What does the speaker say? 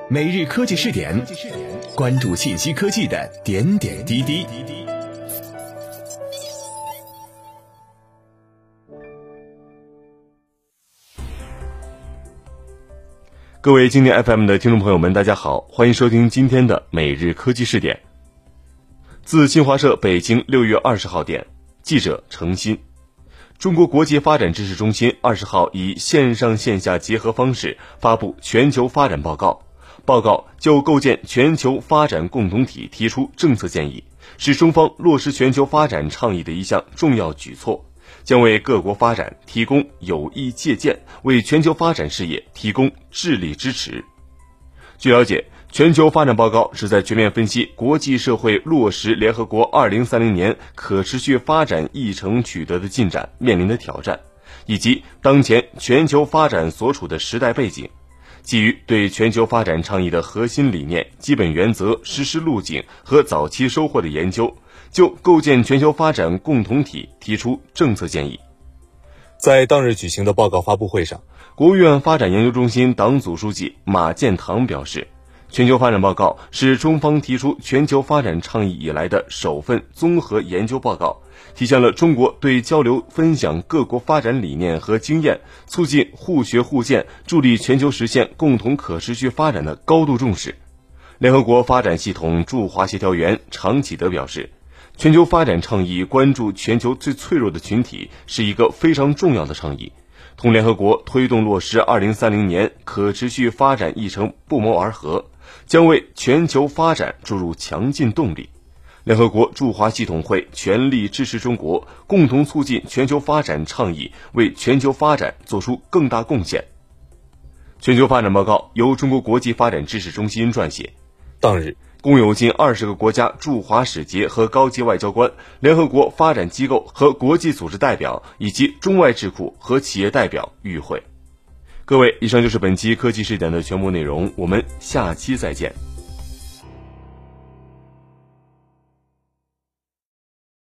每日科技视点，关注信息科技的点点滴滴。 各位经典 FM 的听众朋友们，大家好，欢迎收听今天的每日科技视点。自新华社北京6月20号电，记者程鑫。中国国际发展知识中心20号以线上线下结合方式发布全球发展报告。报告就构建全球发展共同体提出政策建议，是中方落实全球发展倡议的一项重要举措，将为各国发展提供有益借鉴，为全球发展事业提供智力支持。据了解，全球发展报告旨在全面分析国际社会落实联合国2030年可持续发展议程取得的进展、面临的挑战，以及当前全球发展所处的时代背景，基于对全球发展倡议的核心理念、基本原则、实施路径和早期收获的研究，就构建全球发展共同体提出政策建议。在当日举行的报告发布会上，国务院发展研究中心党组书记马建堂表示，全球发展报告是中方提出全球发展倡议以来的首份综合研究报告，体现了中国对交流分享各国发展理念和经验，促进互学互鉴，助力全球实现共同可持续发展的高度重视。联合国发展系统驻华协调员常启德表示，全球发展倡议关注全球最脆弱的群体，是一个非常重要的倡议，同联合国推动落实2030年可持续发展议程不谋而合，将为全球发展注入强劲动力。联合国驻华系统会全力支持中国，共同促进全球发展倡议为全球发展做出更大贡献。全球发展报告由中国国际发展知识中心撰写，当日共有近20个国家驻华使节和高级外交官、联合国发展机构和国际组织代表以及中外智库和企业代表与会。各位，以上就是本期科技视点的全部内容，我们下期再见。